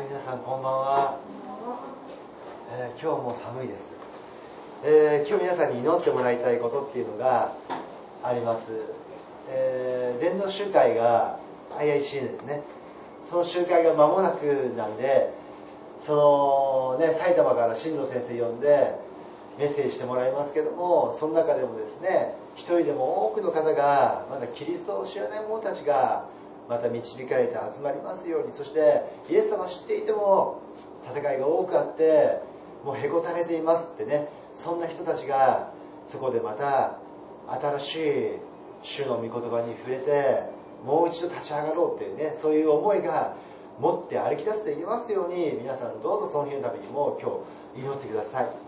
皆さんこんばんは。今日も寒いです。今日皆さんに祈ってもらいたいことっていうのがあります。伝道集会が IIC ですね。その集会が間もなくなんで、埼玉から進藤先生呼んでメッセージしてもらいますけども、その中でもですね、一人でも多くの方がまだキリストを知らない者たちがまた導かれて集まりますように、そしてイエス様知っていても戦いが多くあってもうへこたれていますってね、そんな人たちがそこでまた新しい主の御言葉に触れてもう一度立ち上がろうっていうね、そういう思いが持って歩き出していきますように、皆さんどうぞその日のためにも今日祈ってください。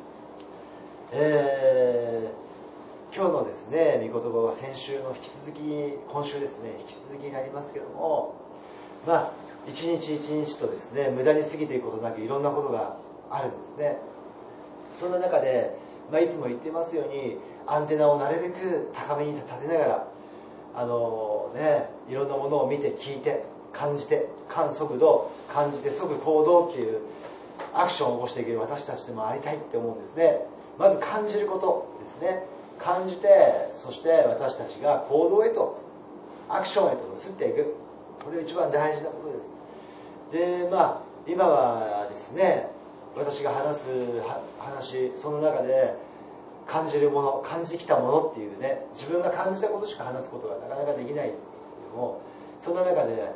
今日のですね御言葉は先週の引き続き、今週ですね引き続きになりますけども、一日一日とですね無駄に過ぎていくことなくいろんなことがあるんですね。そんな中で、いつも言っていますようにアンテナをなるべく高めに立てながらいろんなものを見て聞いて感じて、感速度感じて即行動っていうアクションを起こしていける私たちでもありたいって思うんですね。まず感じることですね。感じて、そして私たちが行動へとアクションへと移っていく、これが一番大事なことです。で今はですね、私が話す話、その中で感じるもの、感じてきたものっていうね、自分が感じたことしか話すことがなかなかできないんですけども、そんな中で、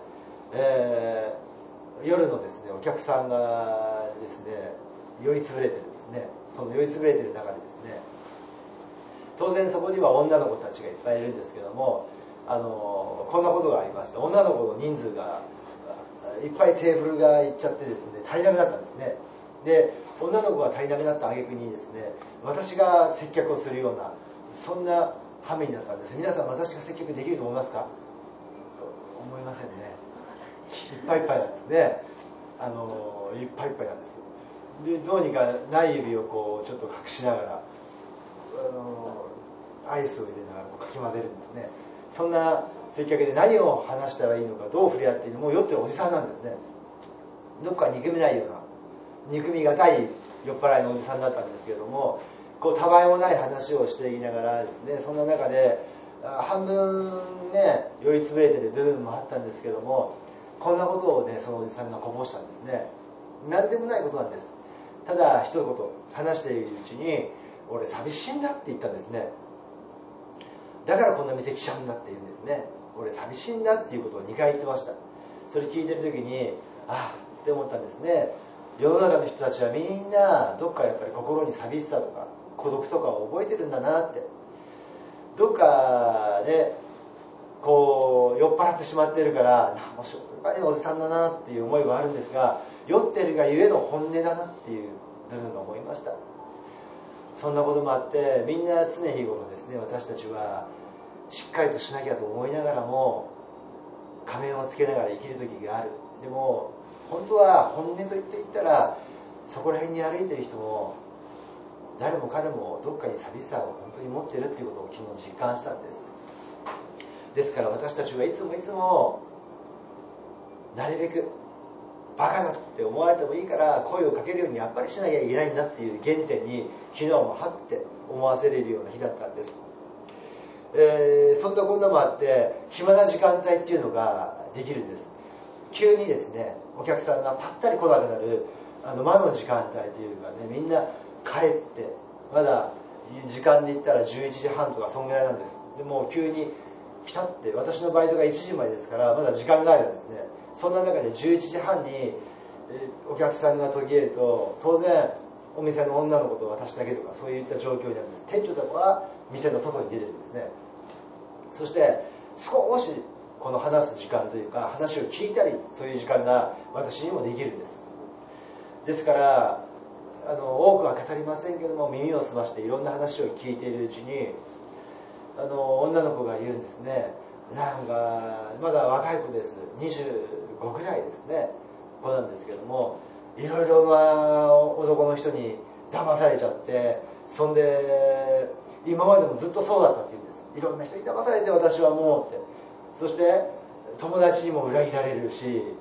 夜のですねお客さんがですね酔いつぶれてるんですね。その酔いつぶれてる中でですね、当然そこには女の子たちがいっぱいいるんですけども、こんなことがありました。女の子の人数がいっぱいテーブルがいっちゃってですね、足りなくなったんですね。で、女の子が足りなくなった挙句にですね、私が接客をするような、そんな羽目になったんです。皆さん私が接客できると思いますか？思いませんね。いっぱいいっぱいなんですね。いっぱいいっぱいなんです。で、どうにかない指をこうちょっと隠しながらアイスを入れながらかき混ぜるんですね。そんな接客で何を話したらいいのか、どう触れ合っていいのか、もう酔ってるおじさんなんですね。どっか憎めないような、憎みがたい酔っ払いのおじさんだったんですけれども、こうたわいもない話をしていきながらですね、そんな中で半分ね酔いつぶれてる部分もあったんですけども、こんなことをねそのおじさんがこぼしたんですね。何でもないことなんです。ただ一言話しているうちに、俺寂しいんだって言ったんですね。だからこんな店来ちゃうんだって言うんですね。俺寂しいんだっていうことを2回言ってました。それ聞いてる時にって思ったんですね。世の中の人たちはみんなどっかやっぱり心に寂しさとか孤独とかを覚えてるんだなって、どっかでこう酔っ払ってしまっているからもうしょうがないおじさんだなっていう思いはあるんですが、酔ってるがゆえの本音だなっていう部分が思いました。そんなこともあって、みんな常日頃ですね、私たちはしっかりとしなきゃと思いながらも仮面をつけながら生きる時がある。でも本当は本音と言って言ったら、そこら辺に歩いている人も誰も彼もどっかに寂しさを本当に持っているっていうことを昨日実感したんです。ですから私たちはいつもいつもなるべくバカだって思われてもいいから声をかけるようにやっぱりしなきゃいけないんだっていう原点に昨日もはって思わせれるような日だったんです。そんなこんなもあって暇な時間帯っていうのができるんです。急にですねお客さんがぱったり来なくなる魔の時間帯というかね、みんな帰ってまだ時間で言ったら11時半とかそんぐらいなんです。でもう急に来たって、私のバイトが1時までですからまだ時間があるんですね。そんな中で11時半にお客さんが途切れると、当然お店の女の子と私だけとかそういった状況になるんです。店長とかは店の外に出てるんですね。そして少しこの話す時間というか話を聞いたり、そういう時間が私にもできるんです。ですから多くは語りませんけども、耳を澄ましていろんな話を聞いているうちに女の子が言うんですね。なんかまだ若い子です。25ぐらいですね、子なんですけども、いろいろな男の人に騙されちゃって、そんで今までもずっとそうだったって言うんです。いろんな人に騙されて私はもうって、そして友達にも裏切られるし、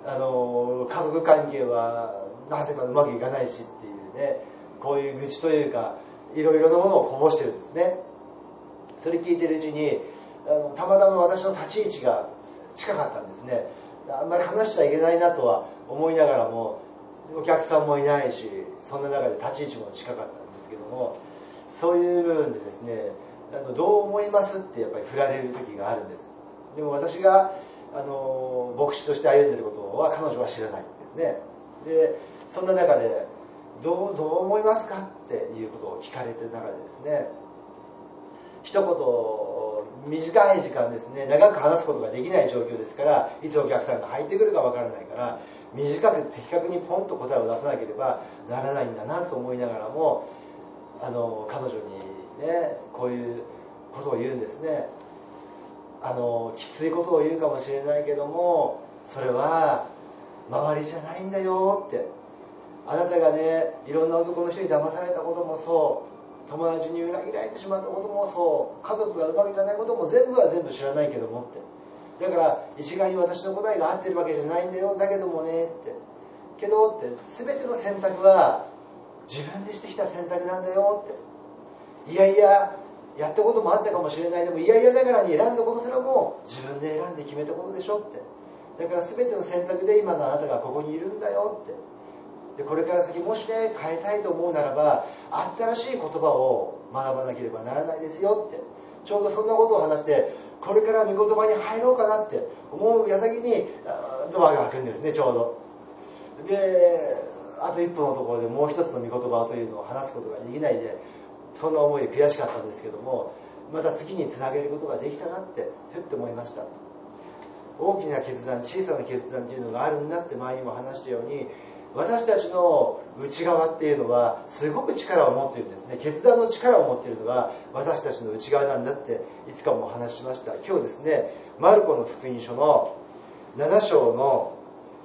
家族関係はなぜかうまくいかないしっていうね、こういう愚痴というかいろいろなものをこぼしてるんですね。それ聞いてるうちにたまたま私の立ち位置が近かったんですね。あんまり話しちゃいけないなとは思いながらも、お客さんもいないし、そんな中で立ち位置も近かったんですけども、そういう部分でですね、どう思いますってやっぱり振られる時があるんです。でも私が牧師として歩んでいることは彼女は知らないんですね。でそんな中でどう思いますかっていうことを聞かれている中でですね、一言短い時間ですね、長く話すことができない状況ですから、いつお客さんが入ってくるかわからないから、短く的確にポンと答えを出さなければならないんだなと思いながらも、彼女にね、こういうことを言うんですね。きついことを言うかもしれないけども、それは周りじゃないんだよって。あなたがね、いろんな男の人に騙されたこともそう、友達に裏切られてしまったこともそう、家族がうまくいかないことも全部は全部知らないけどもって。だから一概に私の答えが合ってるわけじゃないんだよ、だけどもねって。けどって、全ての選択は自分でしてきた選択なんだよって。いやいややったこともあったかもしれない、でもいやいやながらに選んだことすらも自分で選んで決めたことでしょって。だから全ての選択で今のあなたがここにいるんだよって。でこれから先もしね、変えたいと思うならば新しい言葉を学ばなければならないですよって。ちょうどそんなことを話して、これから御言葉に入ろうかなって思う矢先にドアが開くんですね、ちょうど。であと一歩のところでもう一つの御言葉というのを話すことができないで、そんな思いで悔しかったんですけども、また次につなげることができたなってふって思いました。大きな決断、小さな決断というのがあるんだって前にも話したように、私たちの内側っていうのはすごく力を持っているんですね。決断の力を持っているのが私たちの内側なんだっていつかもお話ししました。今日ですね、マルコの福音書の7章の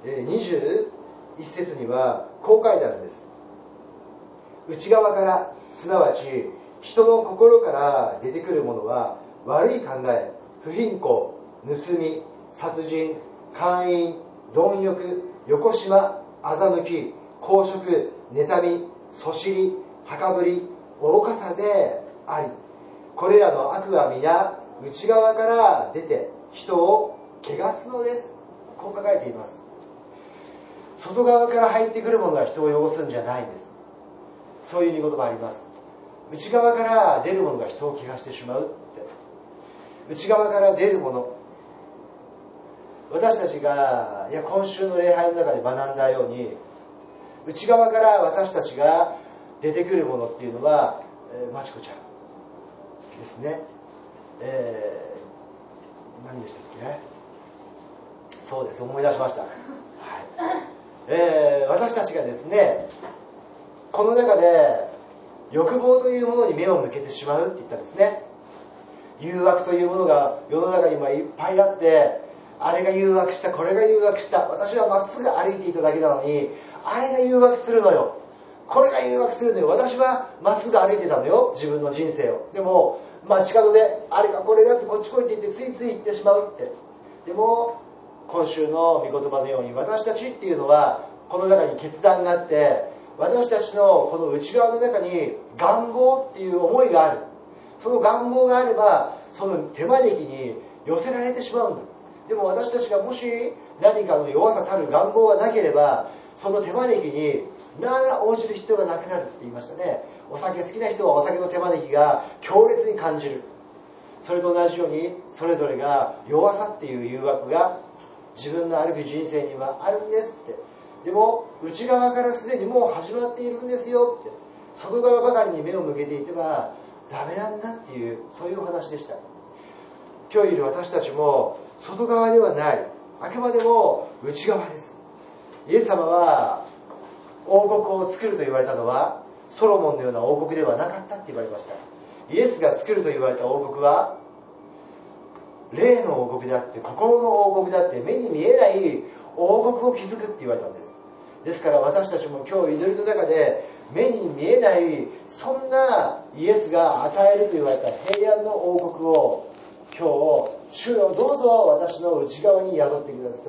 21節にはこう書いてあるんです。内側から、すなわち人の心から出てくるものは悪い考え、不貧困、盗み、殺人、姦淫、貪欲、よこしま、欺き、公職、妬み、そしり、高ぶり、愚かさであり、これらの悪は皆内側から出て人を汚すのです。こう書かれています。外側から入ってくるものが人を汚すんじゃないんです。そういう御言葉あります。内側から出るものが人を汚してしまうって。内側から出るもの、私たちが今週の礼拝の中で学んだように、内側から私たちが出てくるものっていうのは、まちこちゃんですね。何でしたっけ。そうです、思い出しました、私たちがですね、この中で欲望というものに目を向けてしまうって言ったんですね。誘惑というものが世の中に今いっぱいあって、あれが誘惑した、これが誘惑した、私はまっすぐ歩いていただけなのにあれが誘惑するのよ、これが誘惑するのよ。私はまっすぐ歩いてたのよ、自分の人生を。でも街角であれがこれがってこっち来いって言ってついつい行ってしまうって。でも今週の御言葉のように、私たちっていうのはこの中に決断があって、私たちのこの内側の中に願望っていう思いがある。その願望があればその手招きに寄せられてしまうんだ。でも私たちがもし何かの弱さたる願望がなければ、その手招きに何ら応じる必要がなくなるって言いましたね。お酒好きな人はお酒の手招きが強烈に感じる。それと同じように、それぞれが弱さっていう誘惑が自分の歩く人生にはあるんですって。でも内側からすでにもう始まっているんですよって。外側ばかりに目を向けていてはダメなんだっていう、そういうお話でした。今日いる私たちも外側ではない、あくまでも内側です。イエス様は王国を作ると言われたのはソロモンのような王国ではなかったって言われました。イエスが作ると言われた王国は霊の王国であって、心の王国であって、目に見えない王国を築くって言われたんです。ですから私たちも今日祈りの中で目に見えないそんなイエスが与えると言われた平安の王国を今日、主よどうぞ私の内側に宿ってください。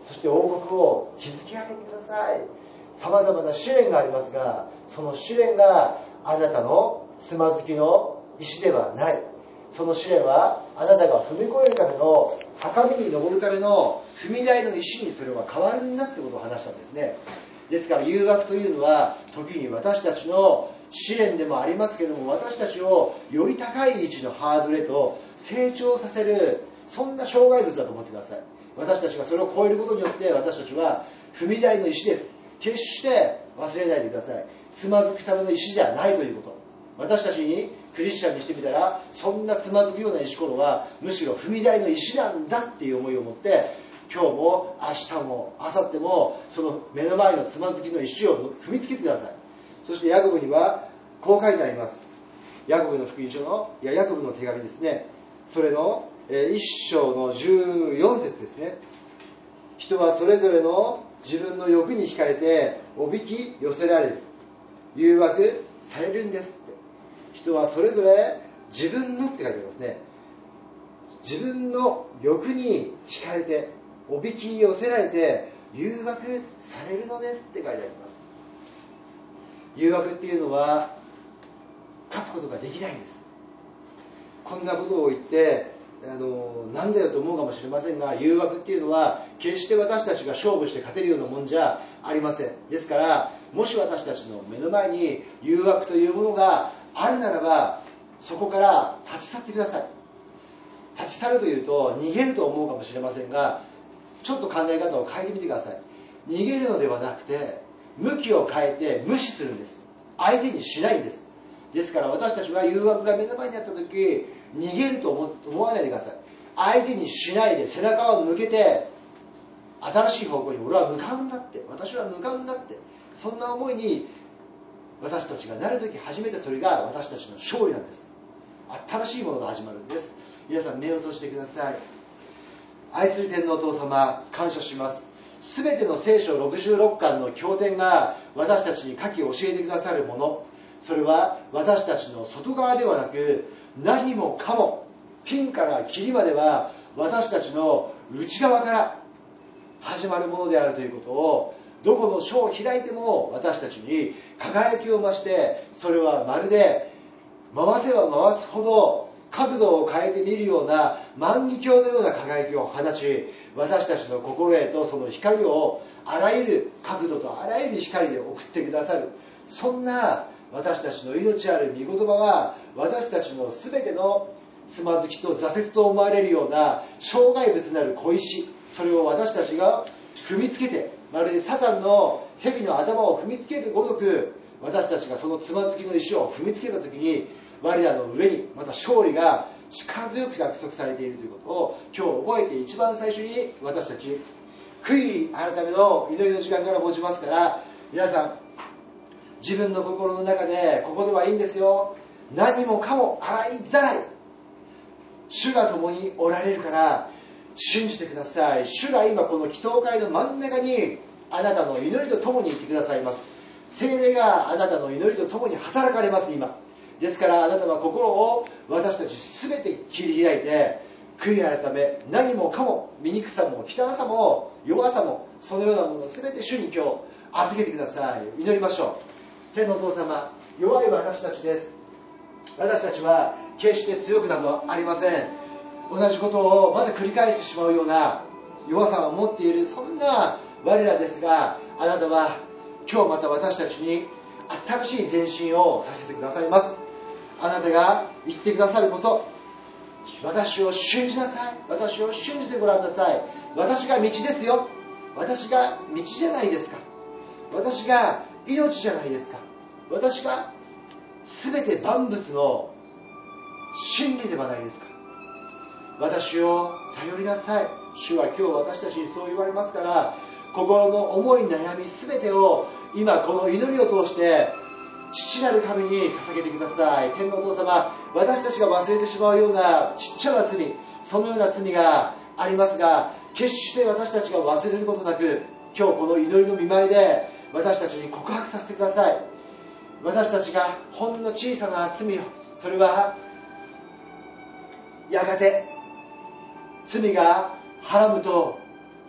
そして王国を築き上げてください。さまざまな試練がありますが、その試練があなたのつまずきの石ではない。その試練はあなたが踏み越えるための、高みに登るための踏み台の石にそれは変わるんだってことを話したんですね。ですから誘惑というのは時に私たちの試練でもありますけれども、私たちをより高い位置のハードルへと成長させる、そんな障害物だと思ってください。私たちがそれを超えることによって私たちは踏み台の石です。決して忘れないでください。つまずくための石じゃないということ。私たちにクリスチャンにしてみたら、そんなつまずくような石ころはむしろ踏み台の石なんだっていう思いを持って、今日も明日も明後日もその目の前のつまずきの石を踏みつけてください。そしてヤコブにはこう書いてあります。ヤコブの福音書のヤコブの手紙ですね。それの1章の14節ですね。人はそれぞれの自分の欲に惹かれておびき寄せられる、誘惑されるんですって。人はそれぞれ自分のって書いてありますね。自分の欲に惹かれておびき寄せられて誘惑されるのですって書いてあります。誘惑っていうのは勝つことができないんです。こんなことを言ってなんだよと思うかもしれませんが、誘惑っていうのは決して私たちが勝負して勝てるようなもんじゃありません。ですからもし私たちの目の前に誘惑というものがあるならば、そこから立ち去ってください。立ち去るというと逃げると思うかもしれませんが、ちょっと考え方を変えてみてください。逃げるのではなくて向きを変えて無視するんです。相手にしないんです。ですから私たちは誘惑が目の前にあった時、逃げると思わないでください。相手にしないで背中を向けて、新しい方向に俺は向かうんだって、私は向かうんだって、そんな思いに私たちがなるとき、初めてそれが私たちの勝利なんです。新しいものが始まるんです。皆さん目を閉じてください。愛する天皇お父様、感謝します。すべての聖書66巻の経典が私たちに書き教えてくださるもの、それは私たちの外側ではなく、何もかもピンからキリまでは私たちの内側から始まるものであるということを、どこの書を開いても私たちに輝きを増して、それはまるで回せば回すほど角度を変えてみるような万華鏡のような輝きを放ち、私たちの心へとその光をあらゆる角度とあらゆる光で送ってくださる、そんな私たちの命ある御言葉は、私たちの全てのつまずきと挫折と思われるような障害物なる小石、それを私たちが踏みつけて、まるでサタンの蛇の頭を踏みつけるごとく、私たちがそのつまずきの石を踏みつけたときに、我らの上にまた勝利が力強く約束されているということを今日覚えて、一番最初に私たち悔い改めの祈りの時間から持ちますから、皆さん自分の心の中で、ここではいいんですよ、何もかも洗いざらい主が共におられるから信じてください。主が今この祈祷会の真ん中にあなたの祈りと共にいてくださいます。聖霊があなたの祈りと共に働かれます今。ですからあなたは心を私たち全て切り開いて、悔い改め、何もかも醜さも汚さも弱さもそのようなものを全て主に今日預けてください。祈りましょう。天のお父様、弱い私たちです。私たちは決して強くなどありません。同じことをまだ繰り返してしまうような弱さを持っている、そんな我らですが、あなたは今日また私たちに新しい前進をさせてくださいます。あなたが言ってくださること、私を信じなさい、私を信じてごらんなさい、私が道ですよ、私が道じゃないですか、私が命じゃないですか、私が全て万物の真理ではないですか。私を頼りなさい。主は今日私たちにそう言われますから、心の思い悩み全てを今この祈りを通して父なる神に捧げてください。天のお父様、私たちが忘れてしまうようなちっちゃな罪、そのような罪がありますが、決して私たちが忘れることなく、今日この祈りの見舞いで私たちに告白させてください。私たちがほんの小さな罪を、それはやがて罪がはらむと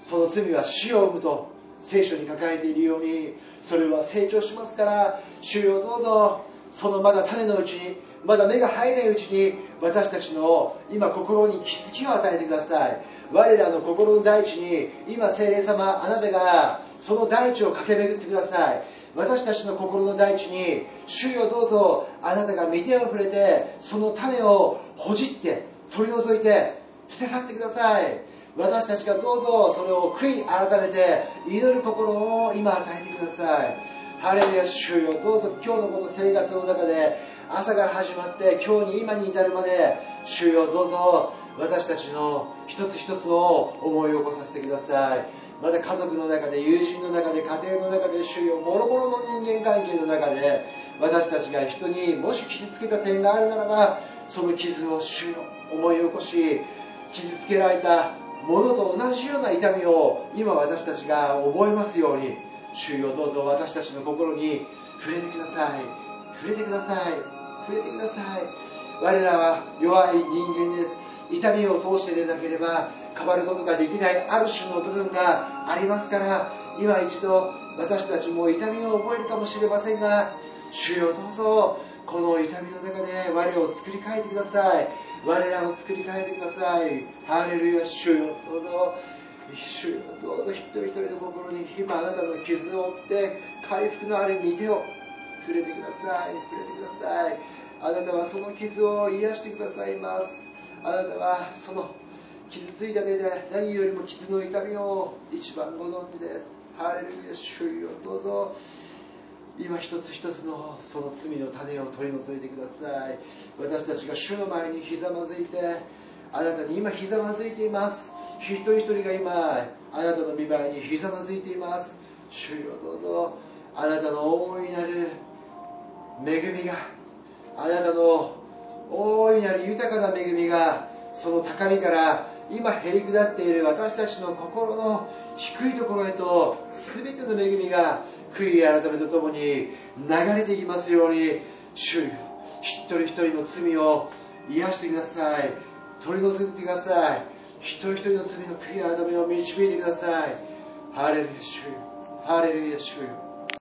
その罪は死を生むと聖書に書かれているように、それは成長しますから、主よどうぞそのまだ種のうちに、まだ芽が入らないうちに、私たちの今心に気づきを与えてください。我らの心の大地に今聖霊様、あなたがその大地を駆け巡ってください。私たちの心の大地に、主よどうぞあなたが御手を触れて、その種をほじって取り除いて捨て去ってください。私たちがどうぞそれを悔い改めて祈る心を今与えてください。ハレルヤ、主よどうぞ今日のこの生活の中で、朝から始まって今日に今に至るまで、主よどうぞ私たちの一つ一つを思い起こさせてください。また家族の中で、友人の中で、家庭の中で、主よもろもろの人間関係の中で、私たちが人にもし傷つけた点があるならば、その傷を主よ思い起こし、傷つけられたものと同じような痛みを今私たちが覚えますように、主よどうぞ私たちの心に触れてください。触れてください。触れてください。我らは弱い人間です。痛みを通してでなければ変わることができないある種の部分がありますから、今一度私たちも痛みを覚えるかもしれませんが、主よどうぞこの痛みの中で我を作り変えてください。我らを作り変えてください。ハレルヤ、主よどうぞ、主よどうぞ一人一人の心に今あなたの傷を負って回復のある御手を触れてください。触れてください。あなたはその傷を癒してくださいます。あなたはその傷ついた手で何よりも傷の痛みを一番ご存知です。ハレルヤ、主よどうぞ今一つ一つのその罪の種を取り除いてください。私たちが主の前にひざまずいて、あなたに今ひざまずいています。一人一人が今あなたの御前にひざまずいています。主よどうぞあなたの大いなる恵みが、あなたの大いなる豊かな恵みが、その高みから今へり下っている私たちの心の低いところへと全ての恵みが悔い改めとともに流れていきますように、主よ一人一人の罪を癒してください。取り除いてください。一人一人の罪の悔い改めを導いてください。ハレルヤ、主よ。ハレルヤ、主よ。